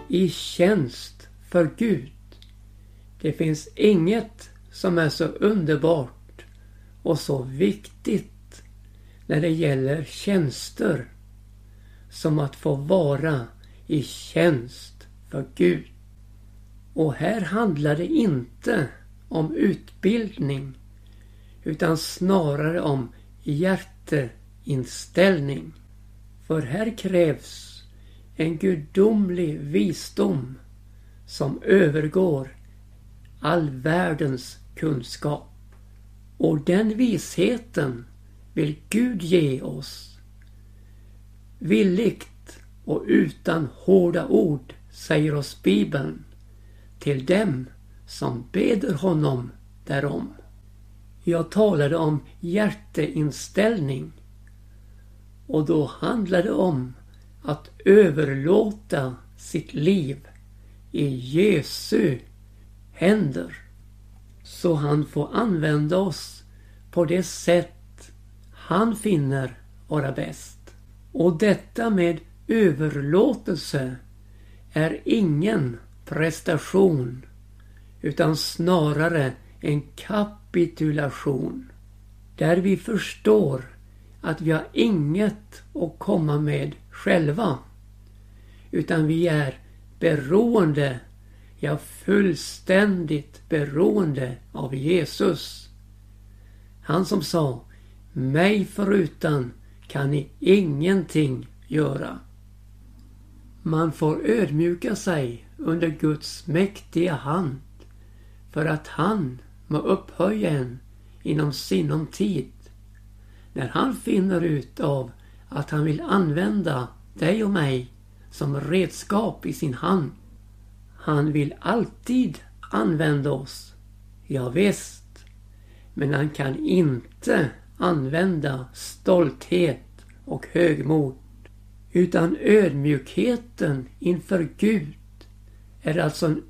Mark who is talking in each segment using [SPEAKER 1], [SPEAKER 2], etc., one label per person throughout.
[SPEAKER 1] i tjänst för Gud. Det finns inget som är så underbart och så viktigt när det gäller tjänster som att få vara i tjänst för Gud. Och här handlar det inte om utbildning utan snarare om hjärteinställning. För här krävs en gudomlig visdom som övergår all världens kunskap. Och den visheten vill Gud ge oss. Villigt och utan hårda ord, säger oss Bibeln, till dem som beder honom därom. Jag talade om hjärteinställning. Och då handlar det om att överlåta sitt liv i Jesu händer. Så han får använda oss på det sätt han finner vara bäst. Och detta med överlåtelse är ingen prestation utan snarare en kapitulation. Där vi förstår att vi har inget att komma med själva utan vi är beroende, ja fullständigt beroende av Jesus. Han som sa: mig förutan kan ni ingenting göra. Man får ödmjuka sig under Guds mäktiga hand för att han må upphöja en inom sinom tid. När han finner ut av att han vill använda dig och mig som redskap i sin hand. Han vill alltid använda oss. Ja visst, men han kan inte använda stolthet och högmod. Utan ödmjukheten inför Gud är alltså en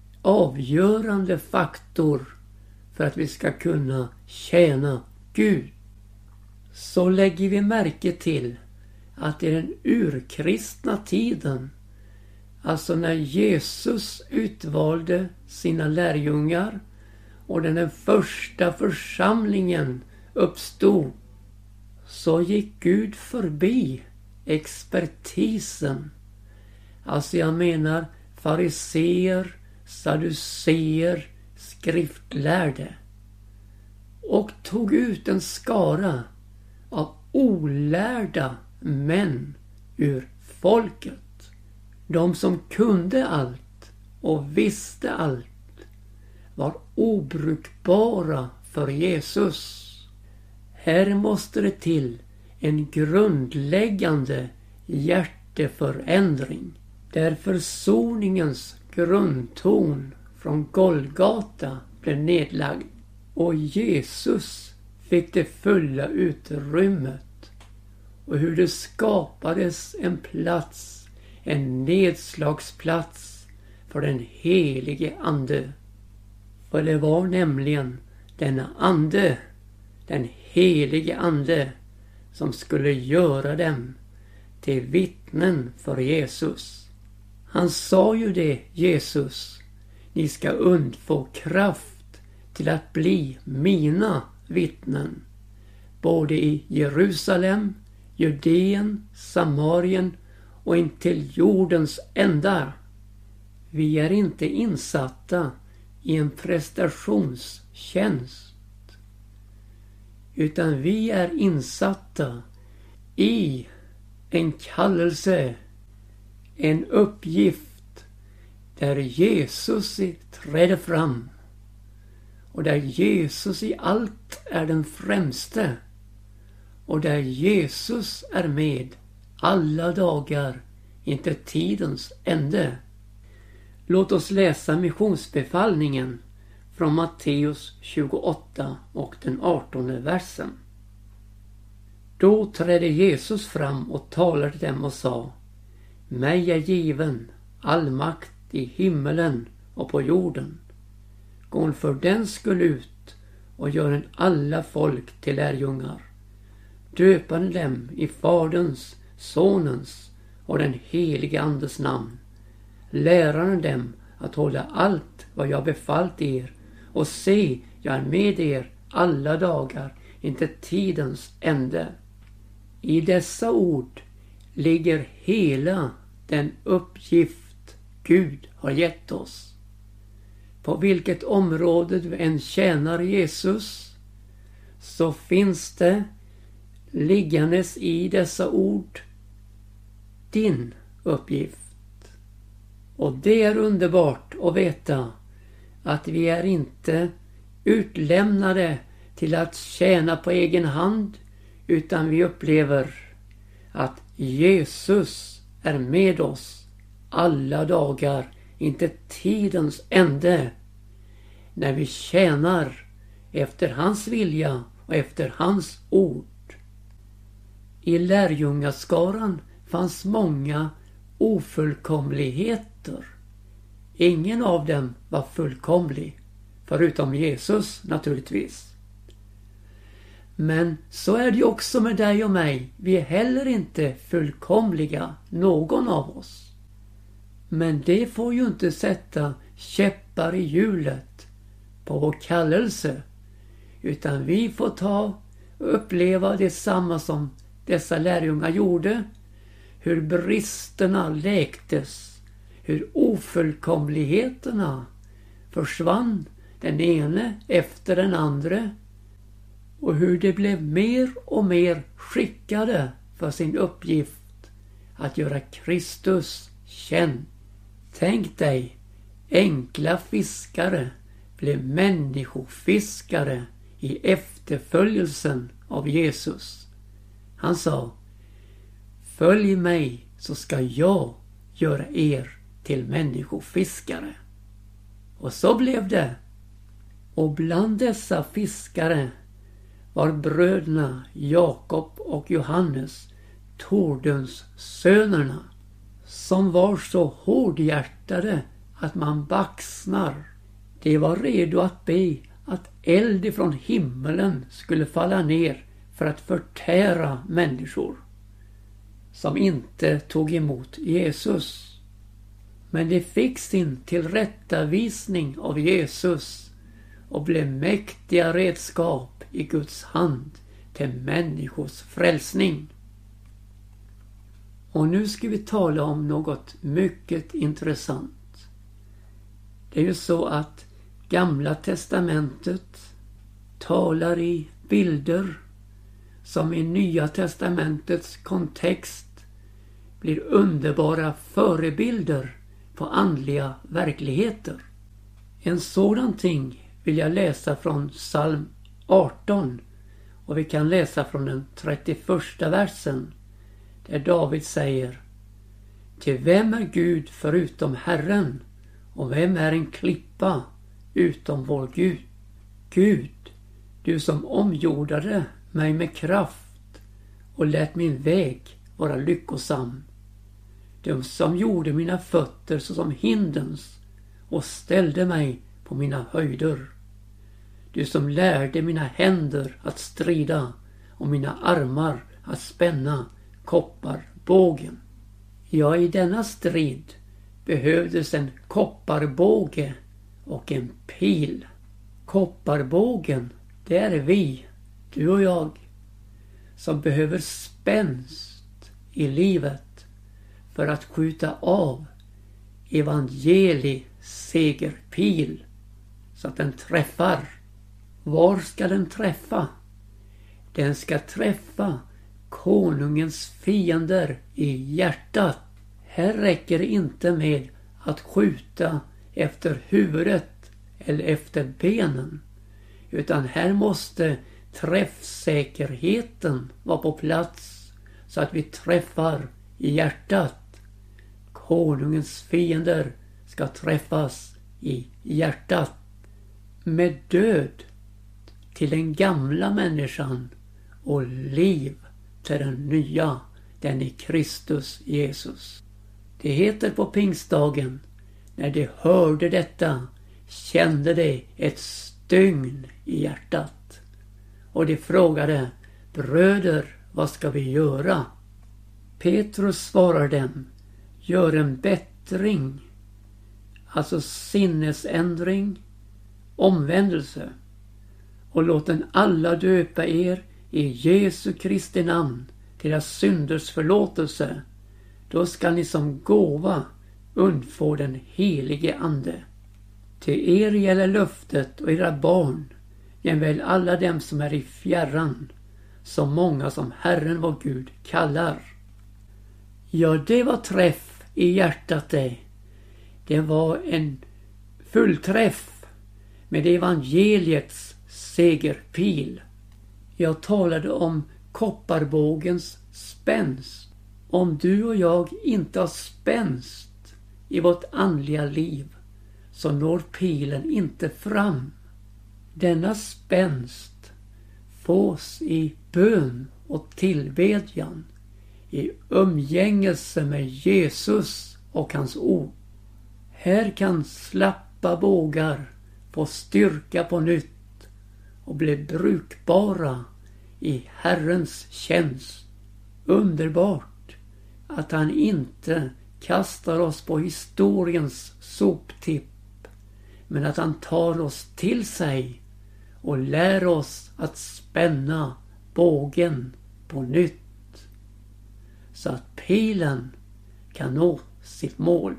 [SPEAKER 1] avgörande faktor för att vi ska kunna tjäna Gud. Så lägger vi märke till att i den urkristna tiden, alltså när Jesus utvalde sina lärjungar och den första församlingen uppstod, så gick Gud förbi expertisen. Alltså jag menar fariseer, sadduceer, skriftlärde, och tog ut en skara av olärda män ur folket. De som kunde allt och visste allt var obrukbara för Jesus. Här måste det till en grundläggande hjärteförändring där försoningens grundton från Golgata blev nedlagd och Jesus fick det fulla utrymmet, och hur det skapades en plats, en nedslagsplats för den helige ande. För det var nämligen denna ande, den helige ande, som skulle göra dem till vittnen för Jesus. Han sa ju det, Jesus: ni ska undfå kraft till att bli mina vittnen, både i Jerusalem, Judeen, Samarien och intill jordens ändar. Vi är inte insatta i en prestationstjänst, utan vi är insatta i en kallelse, en uppgift där Jesus träder fram och där Jesus i allt är den främste och där Jesus är med alla dagar intill tidens ände. Låt oss läsa missionsbefallningen från Matteus 28 och den 18:e versen. Då trädde Jesus fram och talade till dem och sa: mig är given all makt i himmelen och på jorden. Gå för den skull ut och gör en alla folk till lärjungar, döpande dem i Faderns, Sonens och den helige Andes namn, läraren dem att hålla allt vad jag befallt er, och se, jag är med er alla dagar, inte tidens ände. I dessa ord ligger hela den uppgift Gud har gett oss. På vilket område du än tjänar Jesus, så finns det liggandes i dessa ord din uppgift. Och det är underbart att veta att vi är inte utlämnade till att tjäna på egen hand, utan vi upplever att Jesus är med oss alla dagar, inte tidens ände, när vi tjänar efter hans vilja och efter hans ord. I lärjungaskaran fanns många ofullkomligheter. Ingen av dem var fullkomlig, förutom Jesus naturligtvis. Men så är det ju också med dig och mig. Vi är heller inte fullkomliga, någon av oss. Men det får ju inte sätta käppar i hjulet på vår kallelse, utan vi får uppleva detsamma som dessa lärjungar gjorde, hur bristerna läktes, hur ofullkomligheterna försvann den ene efter den andra, och hur de blev mer och mer skickade för sin uppgift att göra Kristus känd. Tänk dig, enkla fiskare blev människofiskare i efterföljelsen av Jesus. Han sa: följ mig så ska jag göra er till människofiskare. Och så blev det. Och bland dessa fiskare var bröderna Jakob och Johannes, Tordens sönerna, som var så hårdhjärtade att man baxnar. De var redo att be att eld ifrån himmelen skulle falla ner för att förtära människor som inte tog emot Jesus. Men de fick sin tillrättavisning av Jesus och blev mäktiga redskap i Guds hand till människors frälsning. Och nu ska vi tala om något mycket intressant. Det är ju så att Gamla testamentet talar i bilder som i Nya testamentets kontext blir underbara förebilder på andliga verkligheter. En sådan ting vill jag läsa från psalm 18, och vi kan läsa från den 31:a versen, där David säger: till vem är Gud förutom Herren, och vem är en klippa utom vår Gud? Gud, du som omgjordade mig med kraft och lät min väg vara lyckosam. Du som gjorde mina fötter såsom hindens och ställde mig på mina höjder. Du som lärde mina händer att strida och mina armar att spänna kopparbågen. Ja, i denna strid behövdes en kopparbåge och en pil. Kopparbågen, det är vi, du och jag, som behöver spänst i livet för att skjuta av segerpil så att den träffar. Var ska den träffa? Den ska träffa konungens fiender i hjärtat. Här räcker det inte med att skjuta efter huvudet eller efter benen, utan här måste träffsäkerheten vara på plats så att vi träffar i hjärtat. Konungens fiender ska träffas i hjärtat. Med död till den gamla människan och liv till den nya, den i Kristus Jesus. Det heter på pingstdagen: när de hörde detta kände de ett stygn i hjärtat. Och de frågade: bröder, vad ska vi göra? Petrus svarar dem: gör en bättring alltså sinnesändring, omvändelse. Och låten alla döpa er i Jesu Kristi namn till deras synders förlåtelse. Då skall ni som gåva undfå den helige ande. Till er gäller löftet och era barn, jämväl alla dem som är i fjärran, så många som Herren vår Gud kallar. Ja, det var träff i hjärtat det. Det var en fullträff med evangeliets segerpil. Jag talade om kopparbågens spänst. Om du och jag inte har spänst i vårt andliga liv så når pilen inte fram. Denna spänst fås i bön och tillbedjan, i umgängelse med Jesus och hans ord. Här kan slappa bågar få styrka på nytt och bli brukbara i Herrens tjänst. Underbart att han inte kastar oss på historiens soptipp, men att han tar oss till sig och lär oss att spänna bågen på nytt, så att pilen kan nå sitt mål.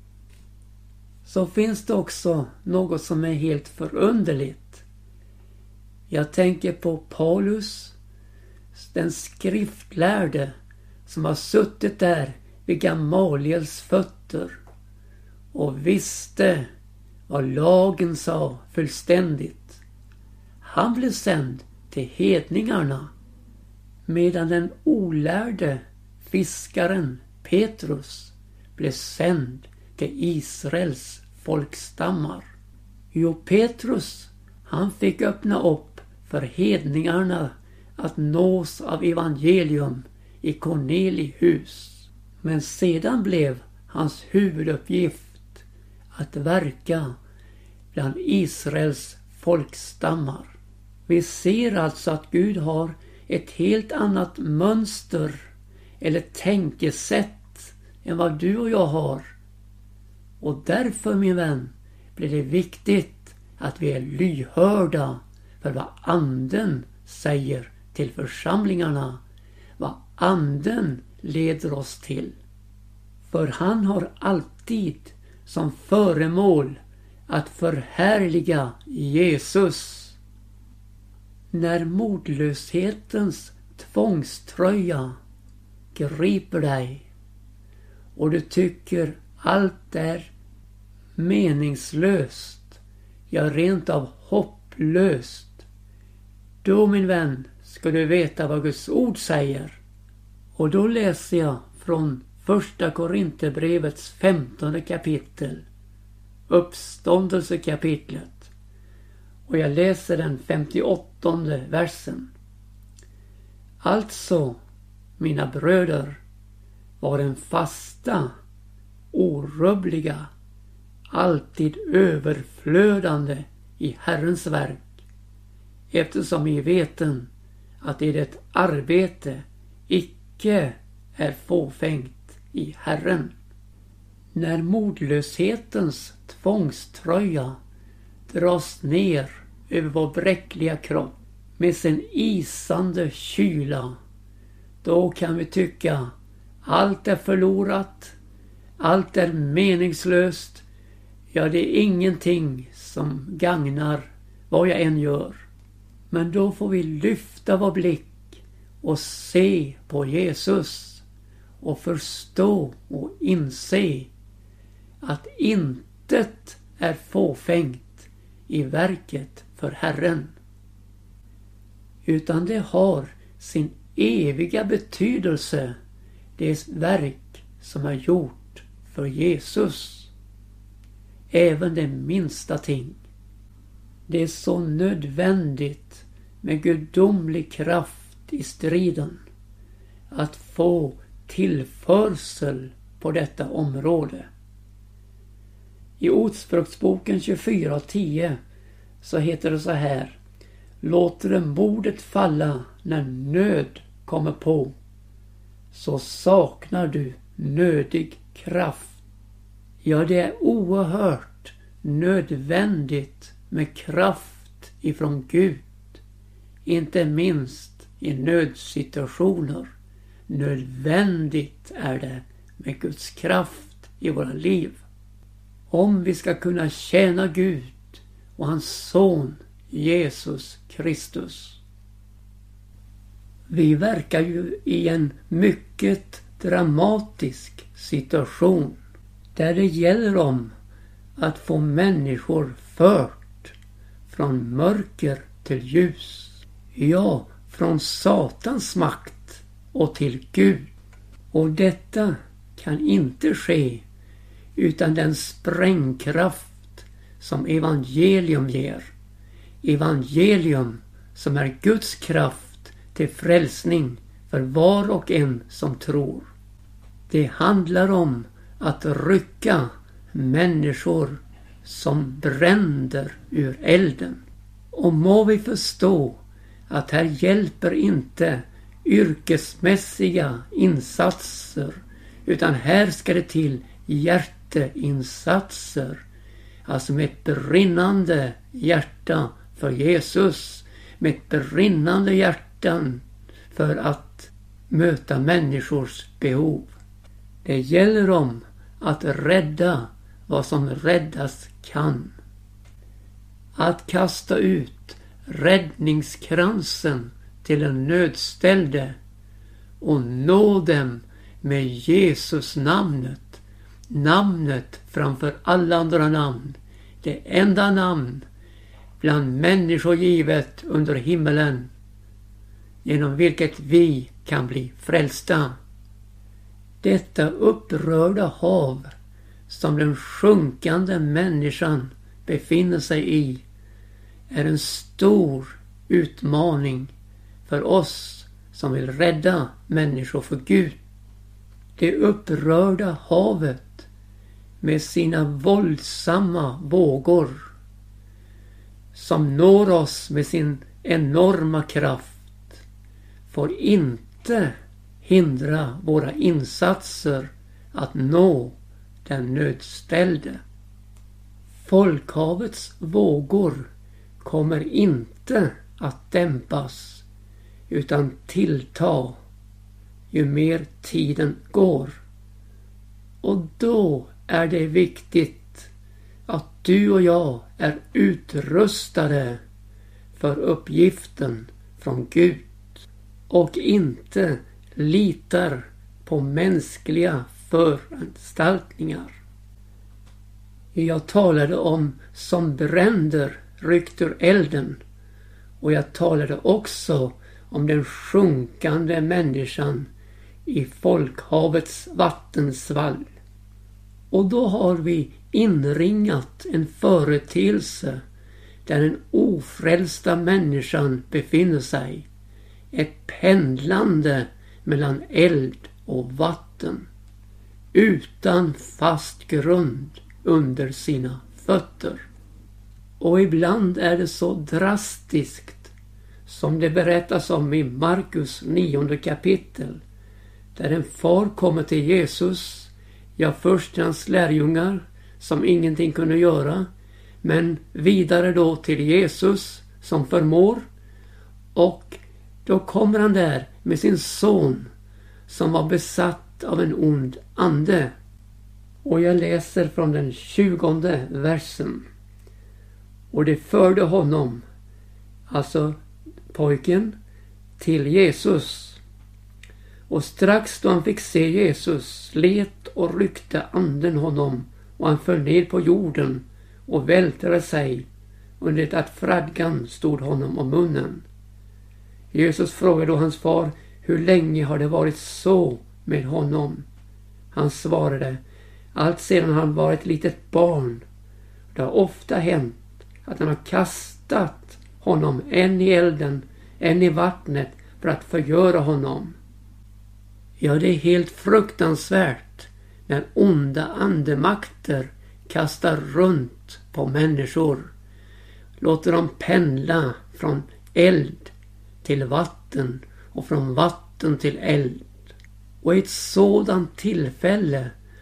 [SPEAKER 1] Så finns det också något som är helt förunderligt. Jag tänker på Paulus, den skriftlärde som har suttit där vid Gamaliels fötter och visste vad lagen sa fullständigt. Han blev sänd till hedningarna, medan den olärde fiskaren Petrus blev sänd till Israels folkstammar. Jo, Petrus, han fick öppna upp för hedningarna att nås av evangelium i Cornelihus. Men sedan blev hans huvuduppgift att verka bland Israels folkstammar. Vi ser alltså att Gud har ett helt annat mönster eller tänkesätt än vad du och jag har. Och därför, min vän, blir det viktigt att vi är lyhörda för vad anden säger till församlingarna, vad anden leder oss till. För han har alltid som föremål att förhärliga Jesus. När modlöshetens tvångströja griper dig och du tycker allt är meningslöst, ja rent av hopplöst, då, min vän, ska du veta vad Guds ord säger. Och då läser jag från första Korinthierbrevets 15:e kapitel, uppståndelsekapitlet. Och jag läser den 58:e versen. Alltså, mina bröder, var en fasta, orubbliga, alltid överflödande i Herrens verk, eftersom I veten att ert arbete icke är fåfängt i Herren. När modlöshetens tvångströja dras ner över vår bräckliga kropp med sin isande kyla, då kan vi tycka allt är förlorat, allt är meningslöst, ja det är ingenting som gagnar vad jag än gör. Men då får vi lyfta vår blick och se på Jesus och förstå och inse att intet är fåfängt i verket för Herren, utan det har sin eviga betydelse, det verk som är gjort för Jesus. Även det minsta ting. Det är så nödvändigt med gudomlig kraft i striden att få tillförsel på detta område. I Ordspråksboken 24:10 så heter det så här: låter modet falla när nöd kommer på, så saknar du nödig kraft. Ja, det är oerhört nödvändigt med kraft ifrån Gud. Inte minst i nödsituationer. Nödvändigt är det med Guds kraft i våra liv. Om vi ska kunna tjäna Gud och hans son Jesus Kristus. Vi verkar ju i en mycket dramatisk situation där det gäller om att få människor fört från mörker till ljus. Ja, från Satans makt och till Gud. Och detta kan inte ske utan den sprängkraft som evangelium ger. Evangelium som är Guds kraft till frälsning för var och en som tror. Det handlar om att rycka människor som bränder ur elden. Och må vi förstå att här hjälper inte yrkesmässiga insatser, utan här ska det till hjärteinsatser. Alltså med ett brinnande hjärta för Jesus, med ett brinnande hjärtan för att möta människors behov. Det gäller om att rädda vad som räddas kan. Att kasta ut räddningskransen till den nödställde och nå dem med Jesus namnet. Namnet framför alla andra namn. Det enda namn bland människor givet under himmelen genom vilket vi kan bli frälsta. Detta upprörda hav som den sjunkande människan befinner sig i är en stor utmaning för oss som vill rädda människor för Gud. Det upprörda havet med sina våldsamma vågor som når oss med sin enorma kraft får inte hindra våra insatser att nå den nödställde. Folkhavets vågor kommer inte att dämpas utan tillta ju mer tiden går. Och då är det viktigt att du och jag är utrustade för uppgiften från Gud och inte litar på mänskliga föranstaltningar. Jag talade om som bränder ryckt ur elden, och jag talade också om den sjunkande människan i folkhavets vattensvall. Och då har vi inringat en företeelse där den ofrälsta människan befinner sig. Ett pendlande mellan eld och vatten. Utan fast grund under sina fötter. Och ibland är det så drastiskt som det berättas om i Markus 9 kapitel. Där en far kommer till Jesus, ja först till hans lärjungar som ingenting kunde göra, men vidare då till Jesus som förmår, och då kommer han där med sin son som var besatt av en ond ande. Och jag läser från den 20:e versen. Och det förde honom, alltså pojken, till Jesus. Och strax då han fick se Jesus slet och ryckte anden honom, och han föll ner på jorden och vältade sig under det att fradgan stod honom om munnen. Jesus frågade då hans far: hur länge har det varit så med honom? Han svarade: allt sedan han var ett litet barn. Det har ofta hänt att han har kastat honom än i elden, än i vattnet för att förgöra honom. Ja, det är helt fruktansvärt när onda andemakter kastar runt på människor. Låter dem pendla från eld till vatten och från vatten till eld. Och i ett sådant tillfälle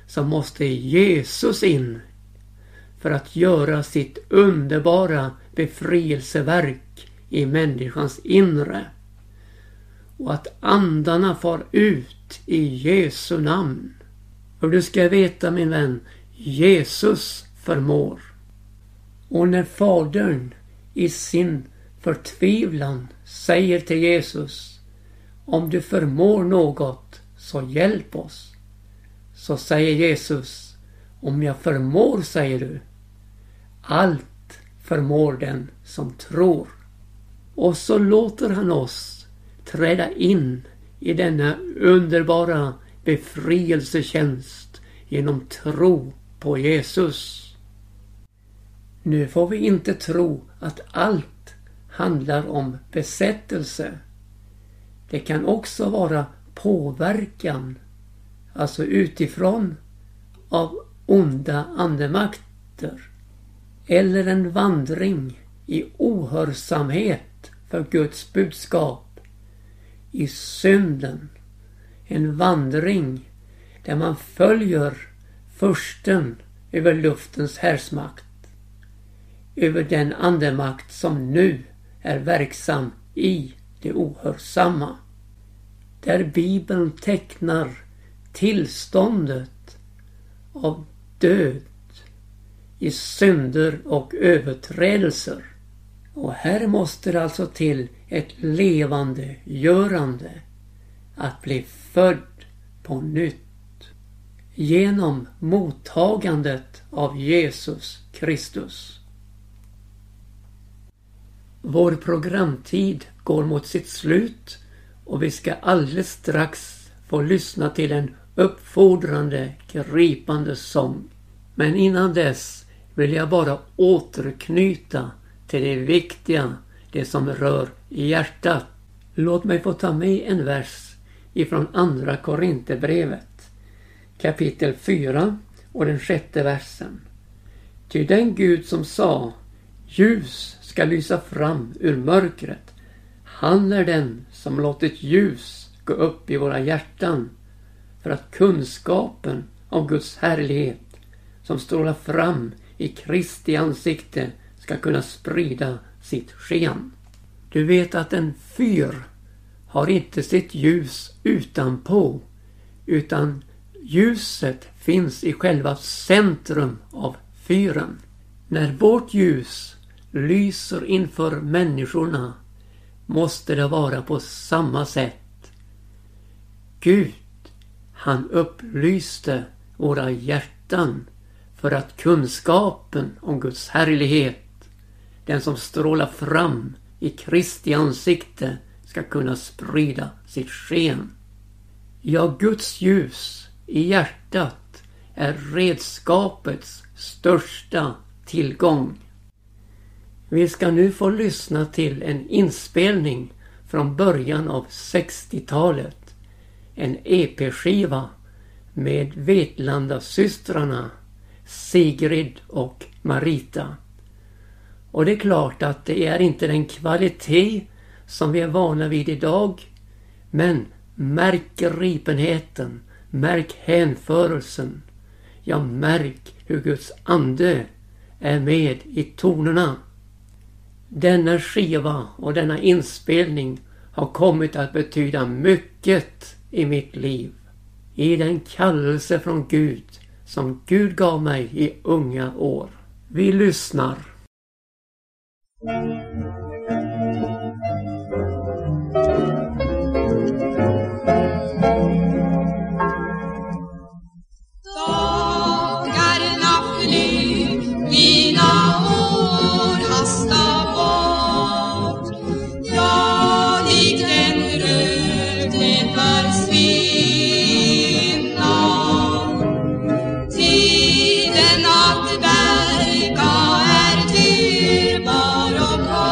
[SPEAKER 1] så måste Jesus in för att göra sitt underbara befrielseverk i människans inre. Och att andarna far ut i Jesu namn. Och du ska veta, min vän, Jesus förmår. Och när Fadern i sin förtvivlan säger till Jesus: om du förmår något, så hjälp oss. Så säger Jesus: om jag förmår, säger du. Allt förmår den som tror. Och så låter han oss träda in i denna underbara befrielsetjänst genom tro på Jesus. Nu får vi inte tro att allt handlar om besättelse. Det kan också vara påverkan, alltså utifrån, av onda andemakter. Eller en vandring i ohörsamhet för Guds budskap. I synden. En vandring där man följer fursten över luftens härsmakt. Över den andemakt som nu är verksam i det ohörsamma. Där Bibeln tecknar tillståndet av död i synder och överträdelser. Och här måste det alltså till ett levande görande, att bli född på nytt genom mottagandet av Jesus Kristus. Vår programtid går mot sitt slut och vi ska alldeles strax få lyssna till en uppfordrande, gripande sång. Men innan dess vill jag bara återknyta till det viktiga, det som rör hjärtat. Låt mig få ta med en vers ifrån andra Korinthierbrevet, kapitel 4 och den 6:e versen. Ty den Gud som sa: ljus ska lysa fram ur mörkret, han är den som låtit ljus gå upp i våra hjärtan, för att kunskapen om Guds härlighet som strålar fram i Kristi ansikte ska kunna sprida sitt sken. Du vet att en fyr har inte sitt ljus utanpå, utan ljuset finns i själva centrum av fyren. När vårt ljus lyser inför människorna måste det vara på samma sätt. Gud, han upplyste våra hjärtan för att kunskapen om Guds härlighet, den som strålar fram i Kristi ansikte, ska kunna sprida sitt sken. Ja, Guds ljus i hjärtat är redskapets största tillgång. Vi ska nu få lyssna till en inspelning från början av 60-talet. En EP-skiva med Vetlanda-systrarna Sigrid och Marita. Och det är klart att det är inte den kvalitet som vi är vana vid idag. Men märk gripenheten, märk hänförelsen. Ja, märk hur Guds ande är med i tonerna. Denna skiva och denna inspelning har kommit att betyda mycket i mitt liv. I den kallelse från Gud som Gud gav mig i unga år. Vi lyssnar.
[SPEAKER 2] Tiden att verka är dyrbar och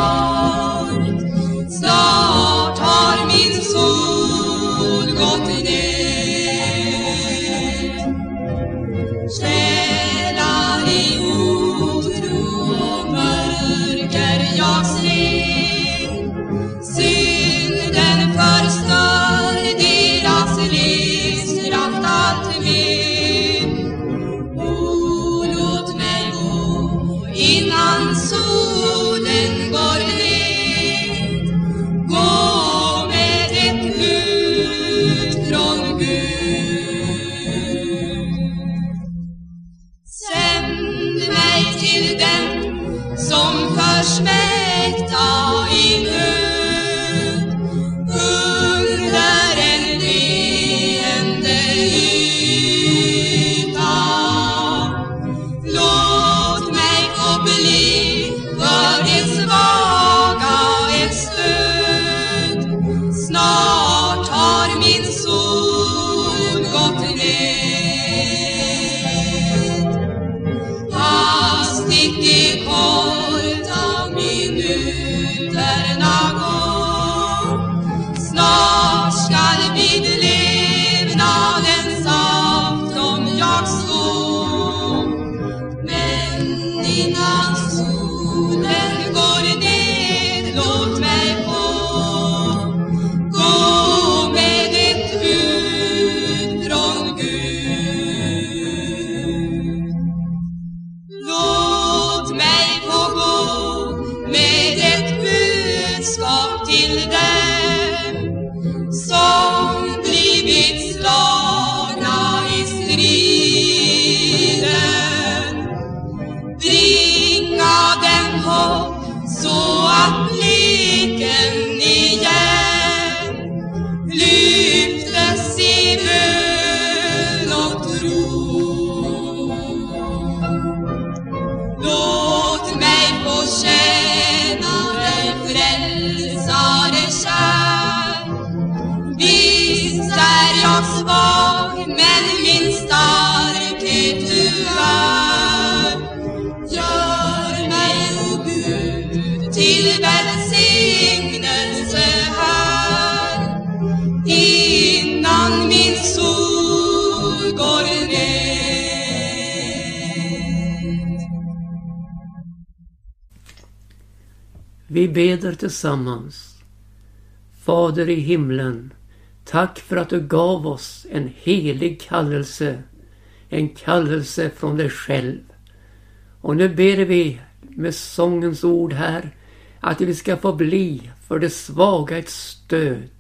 [SPEAKER 1] Vi beder tillsammans. Fader i himlen, tack för att du gav oss en helig kallelse. En kallelse från dig själv. Och nu ber vi med sångens ord här att vi ska få bli för det svaga ett stöd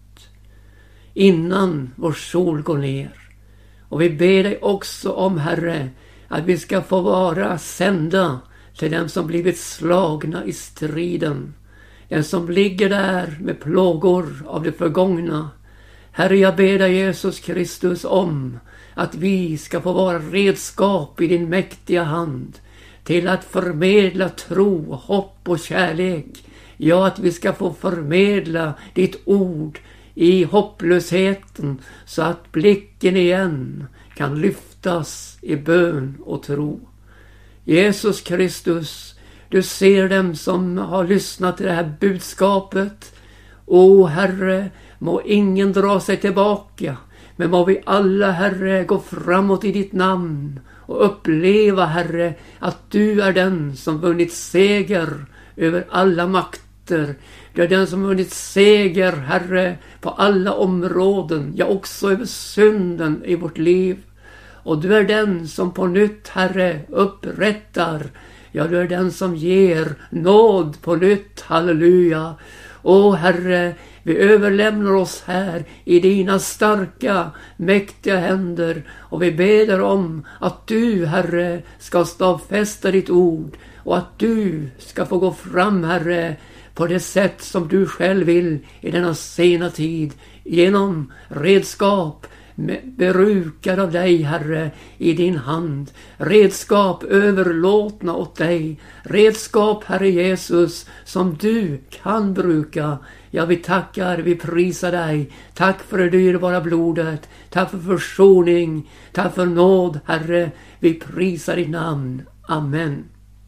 [SPEAKER 1] innan vår sol går ner. Och vi ber dig också om, Herre, att vi ska få vara sända till dem som blivit slagna i striden. Den som ligger där med plågor av det förgångna. Herre, jag ber dig Jesus Kristus om att vi ska få vara redskap i din mäktiga hand till att förmedla tro, hopp och kärlek. Ja, att vi ska få förmedla ditt ord i hopplösheten så att blicken igen kan lyftas i bön och tro. Jesus Kristus, du ser dem som har lyssnat till det här budskapet. O Herre, må ingen dra sig tillbaka, men må vi alla, Herre, gå framåt i ditt namn och uppleva, Herre, att du är den som vunnit seger över alla makter. Du är den som vunnit seger, Herre, på alla områden, ja också över synden i vårt liv. Och du är den som på nytt, Herre, upprättar. Ja, du är den som ger nåd på nytt, halleluja. Åh Herre, vi överlämnar oss här i dina starka, mäktiga händer. Och vi ber om att du, Herre, ska stadfästa ditt ord. Och att du ska få gå fram, Herre, på det sätt som du själv vill i denna sena tid. Genom redskap, berukad av dig, Herre, i din hand. Redskap överlåtna åt dig. Redskap, Herre Jesus, som du kan bruka. Ja, vi tackar, vi prisar dig. Tack för det dyrbara blodet. Tack för försoning. Tack för nåd, Herre. Vi prisar ditt namn. Amen.